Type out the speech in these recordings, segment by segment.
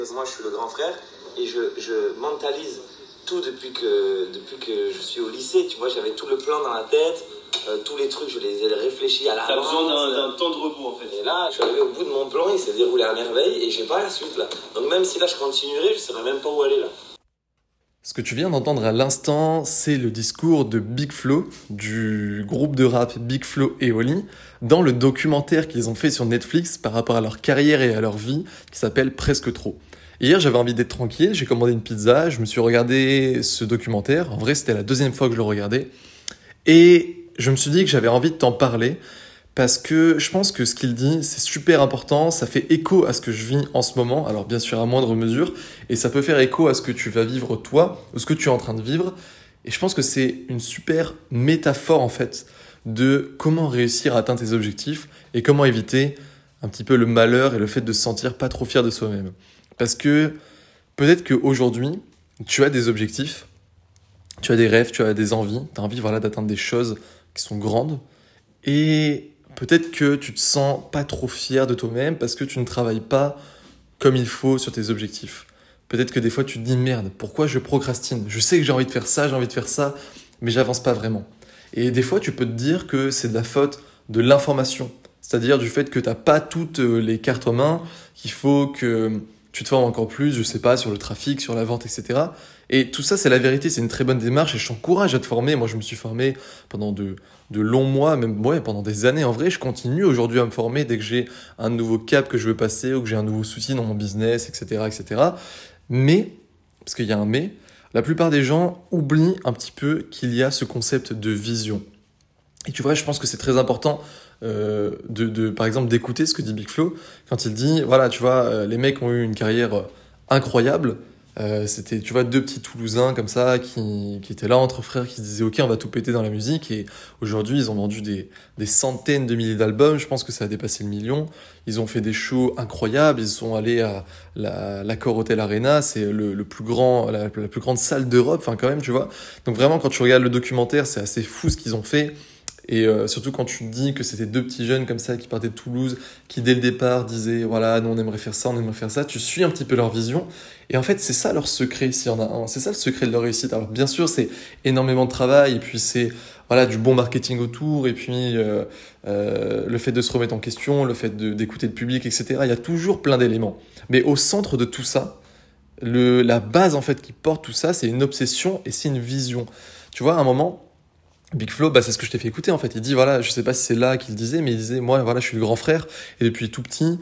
Moi, je suis le grand frère et je mentalise tout depuis que je suis au lycée. Tu vois, j'avais tout le plan dans la tête, tous les trucs, je les ai réfléchis à l'avance. T'as besoin d'un temps de repos en fait. Et là, je suis arrivé au bout de mon plan, il s'est déroulé à merveille et j'ai pas la suite là. Donc même si là je continuerai, je saurais même pas où aller là. Ce que tu viens d'entendre à l'instant, c'est le discours de Big Flo, du groupe de rap Big Flo et Oli, dans le documentaire qu'ils ont fait sur Netflix par rapport à leur carrière et à leur vie, qui s'appelle Presque Trop. Hier, j'avais envie d'être tranquille, j'ai commandé une pizza, je me suis regardé ce documentaire. En vrai, c'était la deuxième fois que je le regardais. Et je me suis dit que j'avais envie de t'en parler, parce que je pense que ce qu'il dit, c'est super important, ça fait écho à ce que je vis en ce moment, alors bien sûr à moindre mesure, et ça peut faire écho à ce que tu vas vivre toi, ou ce que tu es en train de vivre, et je pense que c'est une super métaphore en fait, de comment réussir à atteindre tes objectifs, et comment éviter un petit peu le malheur et le fait de se sentir pas trop fier de soi-même. Parce que peut-être qu'aujourd'hui, tu as des objectifs, tu as des rêves, tu as des envies, tu as envie d'atteindre des choses qui sont grandes, et peut-être que tu te sens pas trop fier de toi-même parce que tu ne travailles pas comme il faut sur tes objectifs. Peut-être que des fois tu te dis merde, pourquoi je procrastine ? Je sais que j'ai envie de faire ça, mais j'avance pas vraiment. Et des fois tu peux te dire que c'est de la faute de l'information, c'est-à-dire du fait que t'as pas toutes les cartes en main, qu'il faut que tu te formes encore plus, je sais pas, sur le trafic, sur la vente, etc. Et tout ça, c'est la vérité, c'est une très bonne démarche et je t'encourage à te former. Moi, je me suis formé pendant de longs mois, même pendant des années. En vrai, je continue aujourd'hui à me former dès que j'ai un nouveau cap que je veux passer ou que j'ai un nouveau souci dans mon business, etc., etc. Mais, parce qu'il y a un mais, la plupart des gens oublient un petit peu qu'il y a ce concept de vision. Et tu vois, je pense que c'est très important par exemple, d'écouter ce que dit Big Flo quand il dit, voilà, tu vois, les mecs ont eu une carrière incroyable. C'était, tu vois, deux petits Toulousains comme ça qui étaient là entre frères, qui se disaient, ok, on va tout péter dans la musique. Et aujourd'hui, ils ont vendu des centaines de milliers d'albums. Je pense que ça a dépassé le million. Ils ont fait des shows incroyables. Ils sont allés à l'Accor Hotel Arena. C'est le plus grand, la plus grande salle d'Europe. Enfin, quand même, tu vois. Donc vraiment, quand tu regardes le documentaire, c'est assez fou ce qu'ils ont fait. Et surtout quand tu dis que c'était deux petits jeunes comme ça qui partaient de Toulouse, qui dès le départ disaient voilà, nous on aimerait faire ça, tu suis un petit peu leur vision. Et en fait, c'est ça leur secret, s'il y en a un. C'est ça le secret de leur réussite. Alors bien sûr, c'est énormément de travail, et puis c'est du bon marketing autour, et puis le fait de se remettre en question, le fait d'écouter le public, etc. Il y a toujours plein d'éléments. Mais au centre de tout ça, la base en fait qui porte tout ça, c'est une obsession et c'est une vision. Tu vois, à un moment, Big Flo, c'est ce que je t'ai fait écouter en fait. Il dit voilà, je sais pas si c'est là qu'il disait, mais il disait moi voilà, je suis le grand frère et depuis tout petit,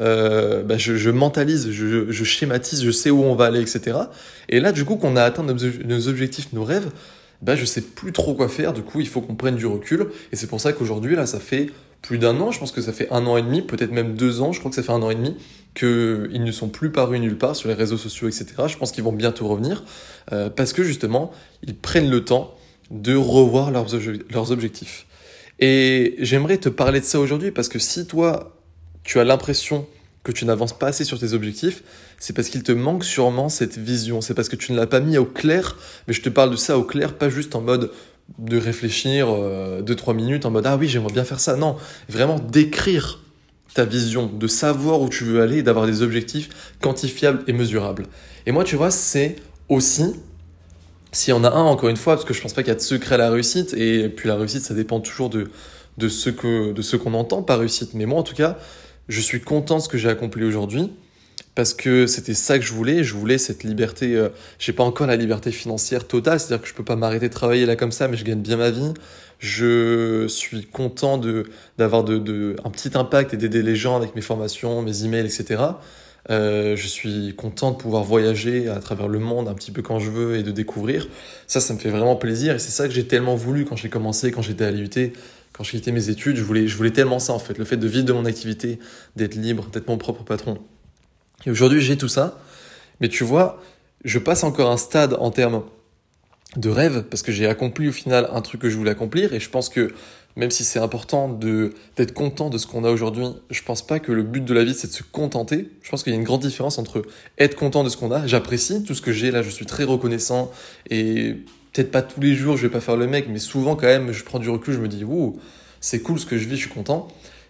je mentalise, je schématise, je sais où on va aller, etc. Et là, du coup, qu'on a atteint nos objectifs, nos rêves, je sais plus trop quoi faire. Du coup, il faut qu'on prenne du recul. Et c'est pour ça qu'aujourd'hui, là, ça fait plus d'un an. Je pense que ça fait 1 an et demi, peut-être même 2 ans. Je crois que ça fait 1 an et demi qu'ils ne sont plus parus nulle part sur les réseaux sociaux, etc. Je pense qu'ils vont bientôt revenir parce que justement, ils prennent le temps de revoir leurs objectifs. Et j'aimerais te parler de ça aujourd'hui parce que si toi, tu as l'impression que tu n'avances pas assez sur tes objectifs, c'est parce qu'il te manque sûrement cette vision. C'est parce que tu ne l'as pas mis au clair, mais je te parle de ça au clair, pas juste en mode de réfléchir 2-3 minutes en mode « Ah oui, j'aimerais bien faire ça ». Non, vraiment d'écrire ta vision, de savoir où tu veux aller et d'avoir des objectifs quantifiables et mesurables. Et moi, tu vois, c'est aussi... S'il y en a un, encore une fois, parce que je pense pas qu'il y a de secret à la réussite, et puis la réussite, ça dépend toujours de ce qu'on entend par réussite. Mais moi, en tout cas, je suis content de ce que j'ai accompli aujourd'hui, parce que c'était ça que je voulais cette liberté. J'ai pas encore la liberté financière totale, c'est-à-dire que je peux pas m'arrêter de travailler là comme ça, mais je gagne bien ma vie. Je suis content d'avoir un petit impact et d'aider les gens avec mes formations, mes emails, etc. Je suis content de pouvoir voyager à travers le monde un petit peu quand je veux et de découvrir. Ça me fait vraiment plaisir et c'est ça que j'ai tellement voulu quand j'ai commencé, quand j'étais à l'IUT, quand j'ai quitté mes études. Je voulais tellement ça en fait, le fait de vivre de mon activité, d'être libre, d'être mon propre patron. Et aujourd'hui, j'ai tout ça, mais tu vois, je passe encore un stade en termes de rêve parce que j'ai accompli au final un truc que je voulais accomplir et je pense que même si c'est important d'être content de ce qu'on a aujourd'hui, je pense pas que le but de la vie, c'est de se contenter. Je pense qu'il y a une grande différence entre être content de ce qu'on a. J'apprécie tout ce que j'ai là, je suis très reconnaissant. Et peut-être pas tous les jours, je vais pas faire le mec, mais souvent quand même, je prends du recul, je me dis, ouh, c'est cool ce que je vis, je suis content.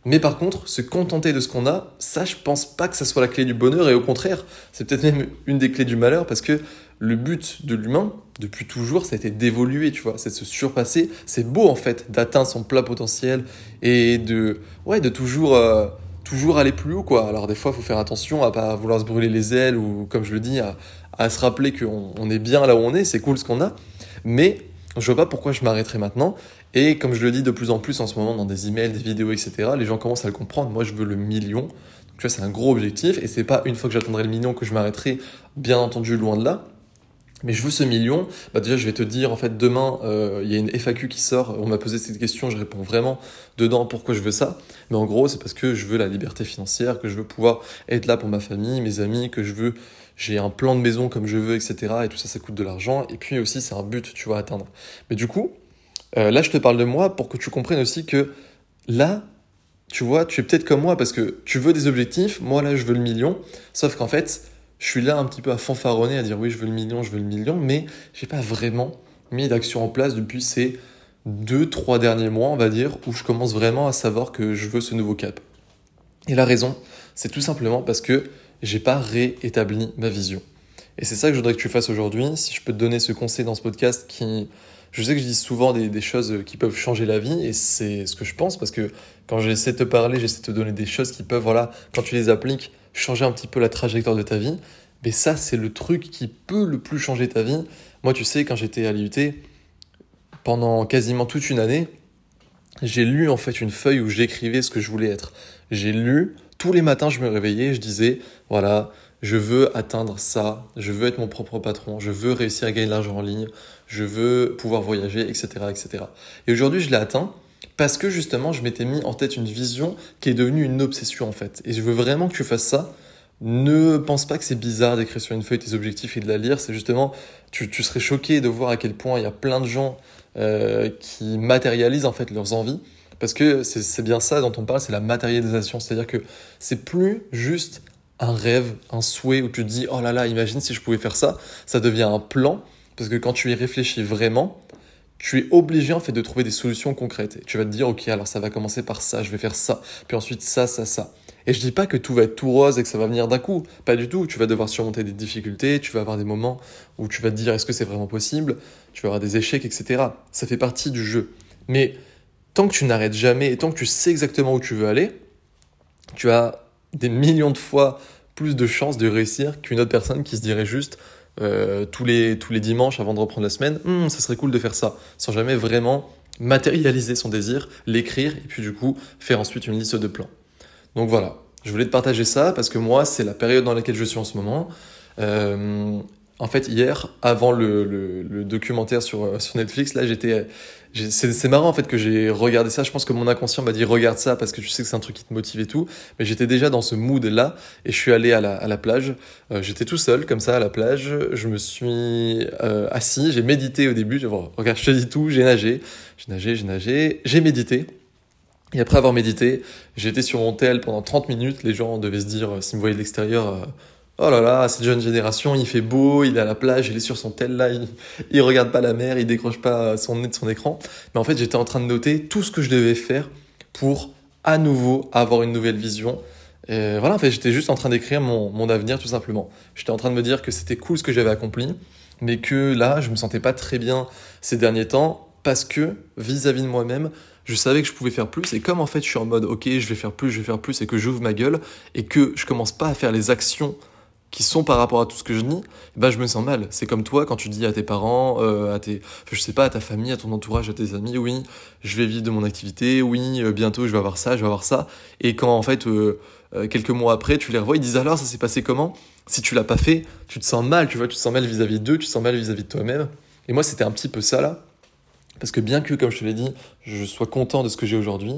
Mais par contre, se contenter de ce qu'on a, ça, je pense pas que ça soit la clé du bonheur. Et au contraire, c'est peut-être même une des clés du malheur parce que le but de l'humain, depuis toujours, ça a été d'évoluer, tu vois. C'est de se surpasser. C'est beau, en fait, d'atteindre son plein potentiel et de toujours aller plus haut, quoi. Alors, des fois, il faut faire attention à pas vouloir se brûler les ailes ou, comme je le dis, à se rappeler qu'on est bien là où on est. C'est cool ce qu'on a. Mais je vois pas pourquoi je m'arrêterai maintenant. Et comme je le dis de plus en plus en ce moment dans des emails, des vidéos, etc., les gens commencent à le comprendre. Moi, je veux le million. Donc, tu vois, c'est un gros objectif. Et c'est pas une fois que j'atteindrai le million que je m'arrêterai, bien entendu, loin de là. Mais je veux ce million. Déjà, je vais te dire, en fait, demain, il y a une FAQ qui sort. On m'a posé cette question, je réponds vraiment dedans pourquoi je veux ça. Mais en gros, c'est parce que je veux la liberté financière, que je veux pouvoir être là pour ma famille, mes amis, j'ai un plan de maison comme je veux, etc. Et tout ça, ça coûte de l'argent. Et puis aussi, c'est un but, tu vois, à atteindre. Mais du coup, là, je te parle de moi pour que tu comprennes aussi que là, tu vois, tu es peut-être comme moi parce que tu veux des objectifs. Moi, là, je veux le million. Sauf qu'en fait, je suis là un petit peu à fanfaronner, à dire oui, je veux le million, mais j'ai pas vraiment mis d'action en place depuis ces 2-3 derniers mois, on va dire, où je commence vraiment à savoir que je veux ce nouveau cap. Et la raison, c'est tout simplement parce que j'ai pas réétabli ma vision. Et c'est ça que je voudrais que tu fasses aujourd'hui. Si je peux te donner ce conseil dans ce podcast qui... Je sais que je dis souvent des choses qui peuvent changer la vie et c'est ce que je pense parce que quand j'essaie de te parler, j'essaie de te donner des choses qui peuvent, voilà, quand tu les appliques, changer un petit peu la trajectoire de ta vie. Mais ça, c'est le truc qui peut le plus changer ta vie. Moi, tu sais, quand j'étais à l'IUT, pendant quasiment toute une année, j'ai lu en fait une feuille où j'écrivais ce que je voulais être. J'ai lu, tous les matins, je me réveillais, je disais, voilà, je veux atteindre ça, je veux être mon propre patron, je veux réussir à gagner de l'argent en ligne, je veux pouvoir voyager, etc., etc. Et aujourd'hui, je l'ai atteint parce que justement, je m'étais mis en tête une vision qui est devenue une obsession en fait. Et je veux vraiment que tu fasses ça. Ne pense pas que c'est bizarre d'écrire sur une feuille tes objectifs et de la lire. C'est justement, tu serais choqué de voir à quel point il y a plein de gens qui matérialisent en fait leurs envies. Parce que c'est bien ça dont on parle, c'est la matérialisation. C'est-à-dire que c'est plus juste un rêve, un souhait où tu te dis « Oh là là, imagine si je pouvais faire ça ». Ça devient un plan parce que quand tu y réfléchis vraiment, tu es obligé en fait de trouver des solutions concrètes. Et tu vas te dire « Ok, alors ça va commencer par ça, je vais faire ça, puis ensuite ça, ça, ça ». Et je dis pas que tout va être tout rose et que ça va venir d'un coup. Pas du tout. Tu vas devoir surmonter des difficultés, tu vas avoir des moments où tu vas te dire est-ce que c'est vraiment possible, tu vas avoir des échecs, etc. Ça fait partie du jeu. Mais tant que tu n'arrêtes jamais et tant que tu sais exactement où tu veux aller, tu as des millions de fois plus de chances de réussir qu'une autre personne qui se dirait juste tous les dimanches avant de reprendre la semaine, ça serait cool de faire ça, sans jamais vraiment matérialiser son désir, l'écrire et puis du coup faire ensuite une liste de plans. Donc voilà, je voulais te partager ça parce que moi, c'est la période dans laquelle je suis en ce moment. En fait, hier, avant le documentaire sur Netflix, là, c'est marrant en fait que j'ai regardé ça. Je pense que mon inconscient m'a dit regarde ça parce que tu sais que c'est un truc qui te motive et tout. Mais j'étais déjà dans ce mood là et je suis allé à la plage. J'étais tout seul comme ça à la plage. Je me suis assis, j'ai médité au début. Regarde, je te dis tout. J'ai nagé, j'ai médité. Et après avoir médité, j'étais sur mon tel pendant 30 minutes. Les gens devaient se dire, s'ils me voyaient de l'extérieur, oh là là, cette jeune génération, il fait beau, il est à la plage, il est sur son tel là, il regarde pas la mer, il décroche pas son nez de son écran. Mais en fait, j'étais en train de noter tout ce que je devais faire pour à nouveau avoir une nouvelle vision. Et voilà, en fait, j'étais juste en train d'écrire mon avenir tout simplement. J'étais en train de me dire que c'était cool ce que j'avais accompli, mais que là, je me sentais pas très bien ces derniers temps parce que vis-à-vis de moi-même, je savais que je pouvais faire plus et comme en fait je suis en mode ok je vais faire plus et que j'ouvre ma gueule et que je commence pas à faire les actions qui sont par rapport à tout ce que je dis, je me sens mal. C'est comme toi quand tu dis à tes parents, à ta famille, à ton entourage, à tes amis, oui, je vais vivre de mon activité, oui, bientôt je vais avoir ça, et quand en fait quelques mois après tu les revois, ils disent alors ça s'est passé comment ? Si tu l'as pas fait, tu te sens mal, tu vois, tu te sens mal vis-à-vis d'eux, tu te sens mal vis-à-vis de toi-même. Et moi c'était un petit peu ça là. Parce que bien que, comme je te l'ai dit, je sois content de ce que j'ai aujourd'hui,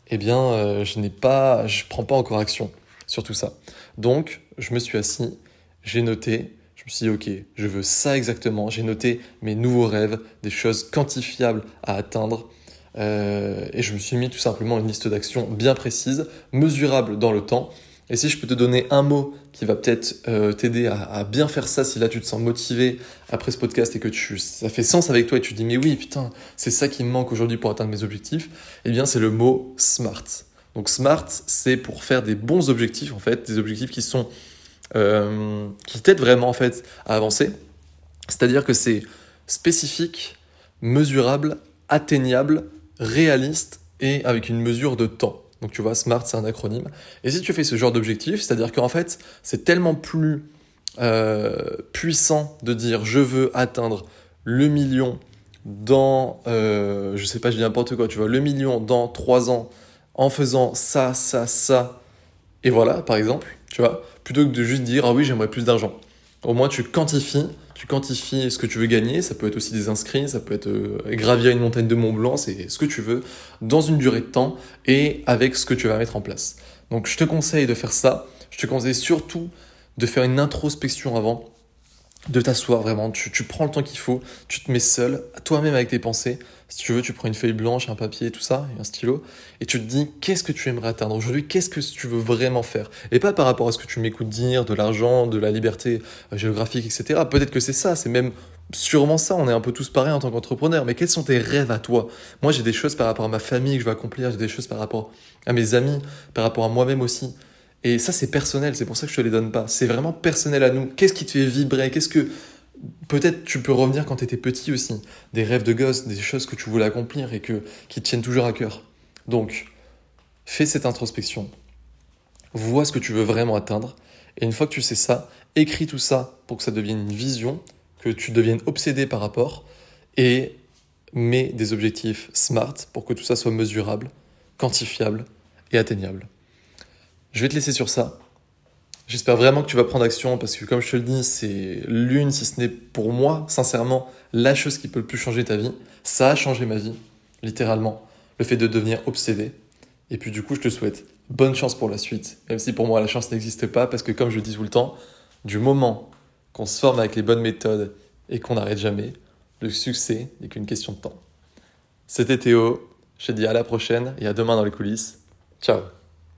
je prends pas encore action sur tout ça. Donc, je me suis assis, j'ai noté, je me suis dit, ok, je veux ça exactement. J'ai noté mes nouveaux rêves, des choses quantifiables à atteindre. Et je me suis mis tout simplement une liste d'actions bien précise, mesurable dans le temps. Et si je peux te donner un mot qui va peut-être t'aider à bien faire ça, si là tu te sens motivé après ce podcast et que ça fait sens avec toi et tu te dis mais oui putain, c'est ça qui me manque aujourd'hui pour atteindre mes objectifs, eh bien c'est le mot SMART. Donc SMART, c'est pour faire des bons objectifs, en fait, des objectifs qui sont qui t'aident vraiment en fait à avancer. C'est-à-dire que c'est spécifique, mesurable, atteignable, réaliste et avec une mesure de temps. Donc tu vois, SMART, c'est un acronyme. Et si tu fais ce genre d'objectif, c'est-à-dire qu'en fait, c'est tellement plus puissant de dire je veux atteindre le million dans, je sais pas, je dis n'importe quoi, tu vois, le million dans 3 ans en faisant ça, ça, ça, et voilà, par exemple, tu vois, plutôt que de juste dire ah oui, j'aimerais plus d'argent. Au moins, tu quantifies ce que tu veux gagner. Ça peut être aussi des inscrits, ça peut être gravir une montagne de Mont Blanc, c'est ce que tu veux, dans une durée de temps et avec ce que tu vas mettre en place. Donc, je te conseille de faire ça. Je te conseille surtout de faire une introspection avant, de t'asseoir vraiment. Tu prends le temps qu'il faut, tu te mets seul, toi-même avec tes pensées. Si tu veux, tu prends une feuille blanche, un papier, tout ça, et un stylo, et tu te dis qu'est-ce que tu aimerais atteindre aujourd'hui, qu'est-ce que tu veux vraiment faire. Et pas par rapport à ce que tu m'écoutes dire, de l'argent, de la liberté géographique, etc. Peut-être que c'est ça, c'est même sûrement ça, on est un peu tous pareils en tant qu'entrepreneurs, mais quels sont tes rêves à toi? Moi, j'ai des choses par rapport à ma famille que je veux accomplir, j'ai des choses par rapport à mes amis, par rapport à moi-même aussi. Et ça, c'est personnel, c'est pour ça que je te les donne pas. C'est vraiment personnel à nous. Qu'est-ce qui te fait vibrer? Qu'est-ce que... Peut-être tu peux revenir quand tu étais petit aussi. Des rêves de gosse, des choses que tu voulais accomplir et qui te tiennent toujours à cœur. Donc, fais cette introspection. Vois ce que tu veux vraiment atteindre. Et une fois que tu sais ça, écris tout ça pour que ça devienne une vision, que tu deviennes obsédé par rapport. Et mets des objectifs SMART pour que tout ça soit mesurable, quantifiable et atteignable. Je vais te laisser sur ça. J'espère vraiment que tu vas prendre action parce que comme je te le dis, c'est l'une, si ce n'est pour moi, sincèrement, la chose qui peut le plus changer ta vie. Ça a changé ma vie, littéralement, le fait de devenir obsédé. Et puis du coup, je te souhaite bonne chance pour la suite, même si pour moi la chance n'existe pas parce que comme je le dis tout le temps, du moment qu'on se forme avec les bonnes méthodes et qu'on n'arrête jamais, le succès n'est qu'une question de temps. C'était Théo, je te dis à la prochaine et à demain dans les coulisses. Ciao.